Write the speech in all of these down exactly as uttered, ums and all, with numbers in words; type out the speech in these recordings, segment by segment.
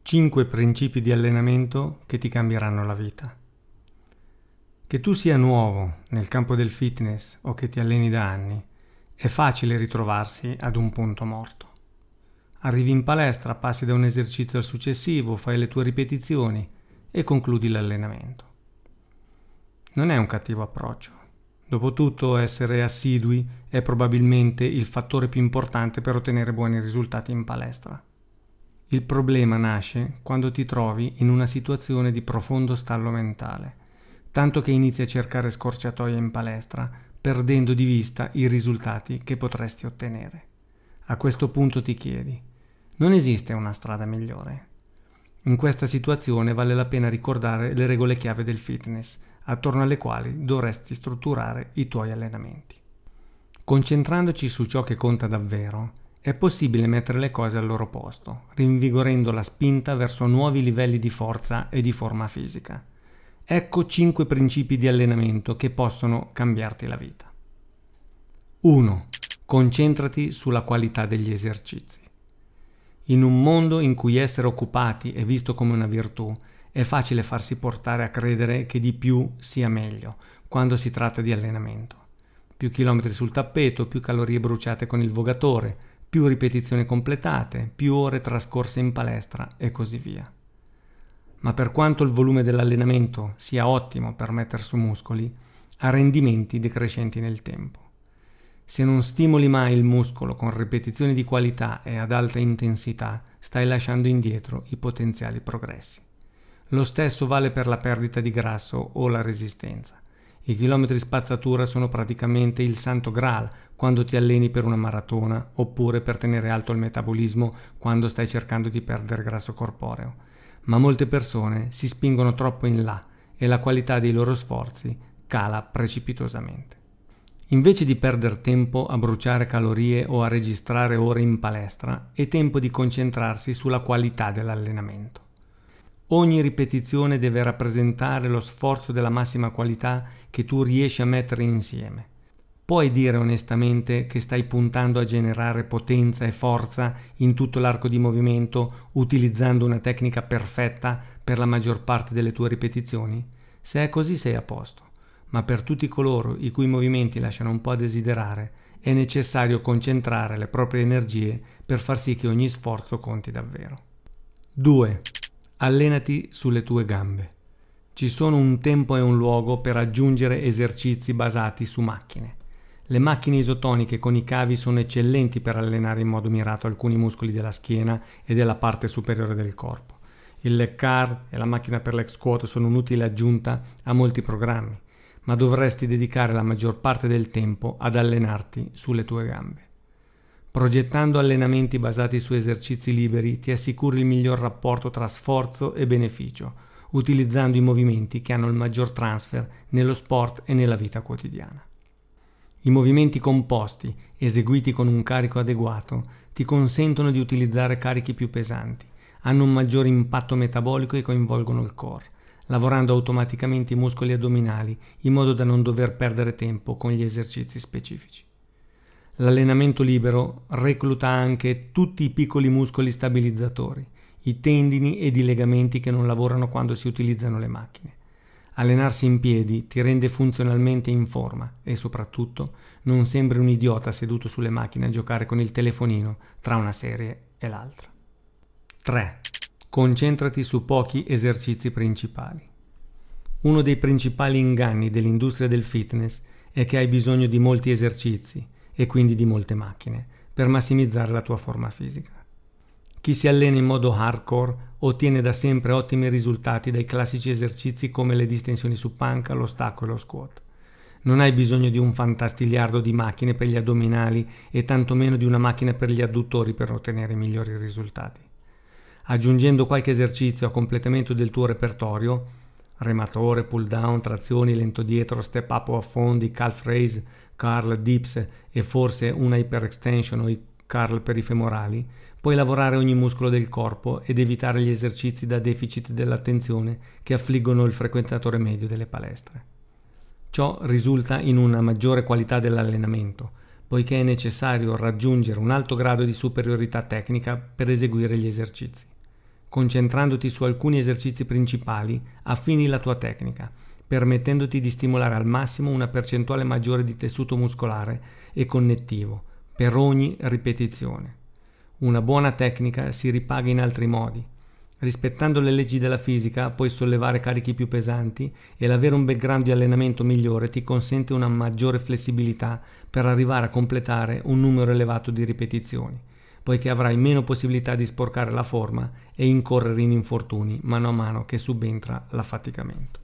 cinque principi di allenamento che ti cambieranno la vita. Che tu sia nuovo nel campo del fitness o che ti alleni da anni, è facile ritrovarsi ad un punto morto. Arrivi in palestra, passi da un esercizio al successivo, fai le tue ripetizioni e concludi l'allenamento. Non è un cattivo approccio. Dopotutto, essere assidui è probabilmente il fattore più importante per ottenere buoni risultati in palestra. Il problema nasce quando ti trovi in una situazione di profondo stallo mentale, tanto che inizi a cercare scorciatoie in palestra, perdendo di vista i risultati che potresti ottenere. A questo punto ti chiedi: non esiste una strada migliore? In questa situazione vale la pena ricordare le regole chiave del fitness, attorno alle quali dovresti strutturare i tuoi allenamenti. Concentrandoci su ciò che conta davvero, è possibile mettere le cose al loro posto, rinvigorendo la spinta verso nuovi livelli di forza e di forma fisica. Ecco cinque principi di allenamento che possono cambiarti la vita. uno. Concentrati sulla qualità degli esercizi. In un mondo in cui essere occupati è visto come una virtù, è facile farsi portare a credere che di più sia meglio quando si tratta di allenamento. Più chilometri sul tappeto, più calorie bruciate con il vogatore, più ripetizioni completate, più ore trascorse in palestra e così via. Ma per quanto il volume dell'allenamento sia ottimo per mettere su muscoli, ha rendimenti decrescenti nel tempo. Se non stimoli mai il muscolo con ripetizioni di qualità e ad alta intensità, stai lasciando indietro i potenziali progressi. Lo stesso vale per la perdita di grasso o la resistenza. I chilometri spazzatura sono praticamente il santo graal quando ti alleni per una maratona oppure per tenere alto il metabolismo quando stai cercando di perdere grasso corporeo. Ma molte persone si spingono troppo in là e la qualità dei loro sforzi cala precipitosamente. Invece di perdere tempo a bruciare calorie o a registrare ore in palestra, è tempo di concentrarsi sulla qualità dell'allenamento. Ogni ripetizione deve rappresentare lo sforzo della massima qualità che tu riesci a mettere insieme. Puoi dire onestamente che stai puntando a generare potenza e forza in tutto l'arco di movimento utilizzando una tecnica perfetta per la maggior parte delle tue ripetizioni? Se è così sei a posto, ma per tutti coloro i cui movimenti lasciano un po' a desiderare è necessario concentrare le proprie energie per far sì che ogni sforzo conti davvero. due. Allenati sulle tue gambe. Ci sono un tempo e un luogo per aggiungere esercizi basati su macchine. Le macchine isotoniche con i cavi sono eccellenti per allenare in modo mirato alcuni muscoli della schiena e della parte superiore del corpo. Il leg curl e la macchina per leg squat sono un'utile aggiunta a molti programmi, ma dovresti dedicare la maggior parte del tempo ad allenarti sulle tue gambe. Progettando allenamenti basati su esercizi liberi ti assicuri il miglior rapporto tra sforzo e beneficio, utilizzando i movimenti che hanno il maggior transfer nello sport e nella vita quotidiana. I movimenti composti, eseguiti con un carico adeguato, ti consentono di utilizzare carichi più pesanti, hanno un maggior impatto metabolico e coinvolgono il core, lavorando automaticamente i muscoli addominali in modo da non dover perdere tempo con gli esercizi specifici. L'allenamento libero recluta anche tutti i piccoli muscoli stabilizzatori, i tendini ed i legamenti che non lavorano quando si utilizzano le macchine. Allenarsi in piedi ti rende funzionalmente in forma e soprattutto non sembri un idiota seduto sulle macchine a giocare con il telefonino tra una serie e l'altra. tre. Concentrati su pochi esercizi principali. Uno dei principali inganni dell'industria del fitness è che hai bisogno di molti esercizi e quindi di molte macchine per massimizzare la tua forma fisica. Chi si allena in modo hardcore ottiene da sempre ottimi risultati dai classici esercizi come le distensioni su panca, lo stacco e lo squat. Non hai bisogno di un fantastiliardo di macchine per gli addominali e tantomeno di una macchina per gli adduttori per ottenere i migliori risultati. Aggiungendo qualche esercizio a completamento del tuo repertorio, rematore, pull down, trazioni, lento dietro, step up o affondi, calf raise, curl, dips e forse una hyperextension o i curl per i femorali, puoi lavorare ogni muscolo del corpo ed evitare gli esercizi da deficit dell'attenzione che affliggono il frequentatore medio delle palestre. Ciò risulta in una maggiore qualità dell'allenamento, poiché è necessario raggiungere un alto grado di superiorità tecnica per eseguire gli esercizi. concentrandoti su alcuni esercizi principali, affini la tua tecnica, permettendoti di stimolare al massimo una percentuale maggiore di tessuto muscolare e connettivo per ogni ripetizione. Una buona tecnica si ripaga in altri modi. Rispettando le leggi della fisica puoi sollevare carichi più pesanti e l'avere un background di allenamento migliore ti consente una maggiore flessibilità per arrivare a completare un numero elevato di ripetizioni, poiché avrai meno possibilità di sporcare la forma e incorrere in infortuni mano a mano che subentra l'affaticamento.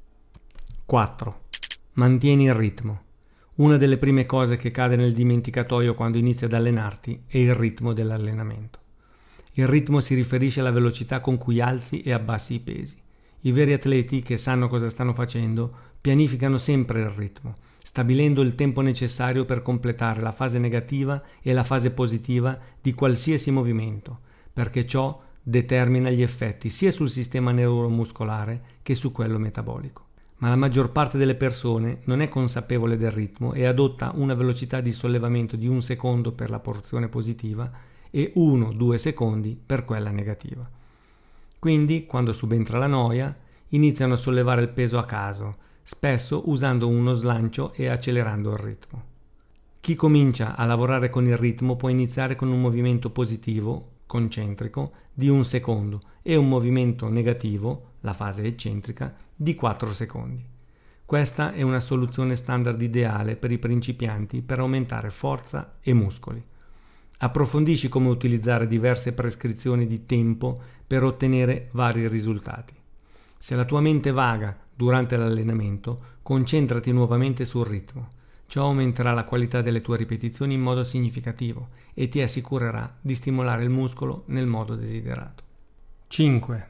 quattro. Mantieni il ritmo. Una delle prime cose che cade nel dimenticatoio quando inizi ad allenarti è il ritmo dell'allenamento. Il ritmo si riferisce alla velocità con cui alzi e abbassi i pesi. I veri atleti che sanno cosa stanno facendo pianificano sempre il ritmo, stabilendo il tempo necessario per completare la fase negativa e la fase positiva di qualsiasi movimento, perché ciò determina gli effetti sia sul sistema neuromuscolare che su quello metabolico. Ma la maggior parte delle persone non è consapevole del ritmo e adotta una velocità di sollevamento di un secondo per la porzione positiva e uno due secondi per quella negativa. Quindi, quando subentra la noia, iniziano a sollevare il peso a caso, spesso usando uno slancio e accelerando il ritmo. Chi comincia a lavorare con il ritmo può iniziare con un movimento positivo, concentrico, di un secondo e un movimento negativo, la fase eccentrica, di quattro secondi. Questa è una soluzione standard ideale per i principianti per aumentare forza e muscoli. Approfondisci come utilizzare diverse prescrizioni di tempo per ottenere vari risultati. Se la tua mente vaga durante l'allenamento, concentrati nuovamente sul ritmo. Ciò aumenterà la qualità delle tue ripetizioni in modo significativo e ti assicurerà di stimolare il muscolo nel modo desiderato. cinque.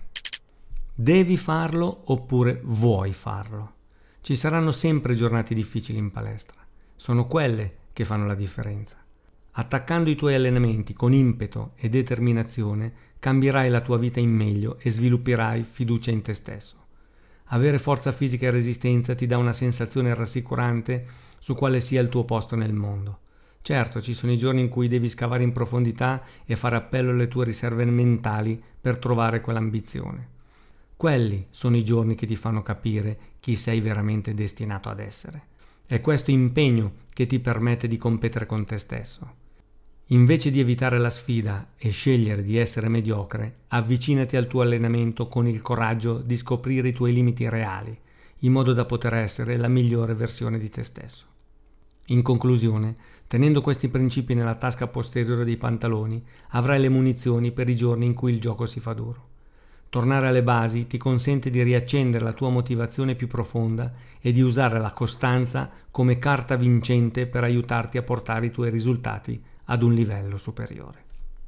Devi farlo oppure vuoi farlo? Ci saranno sempre giornate difficili in palestra. Sono quelle che fanno la differenza. Attaccando i tuoi allenamenti con impeto e determinazione, cambierai la tua vita in meglio e svilupperai fiducia in te stesso. Avere forza fisica e resistenza ti dà una sensazione rassicurante su quale sia il tuo posto nel mondo. Certo, ci sono i giorni in cui devi scavare in profondità e fare appello alle tue riserve mentali per trovare quell'ambizione. Quelli sono i giorni che ti fanno capire chi sei veramente destinato ad essere. È questo impegno che ti permette di competere con te stesso. Invece di evitare la sfida e scegliere di essere mediocre, avvicinati al tuo allenamento con il coraggio di scoprire i tuoi limiti reali, in modo da poter essere la migliore versione di te stesso. In conclusione, tenendo questi principi nella tasca posteriore dei pantaloni, avrai le munizioni per i giorni in cui il gioco si fa duro. Tornare alle basi ti consente di riaccendere la tua motivazione più profonda e di usare la costanza come carta vincente per aiutarti a portare i tuoi risultati ad un livello superiore.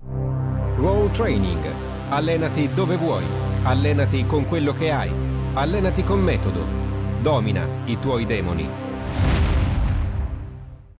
Raw Training. Allenati dove vuoi. Allenati con quello che hai. Allenati con metodo. Domina i tuoi demoni.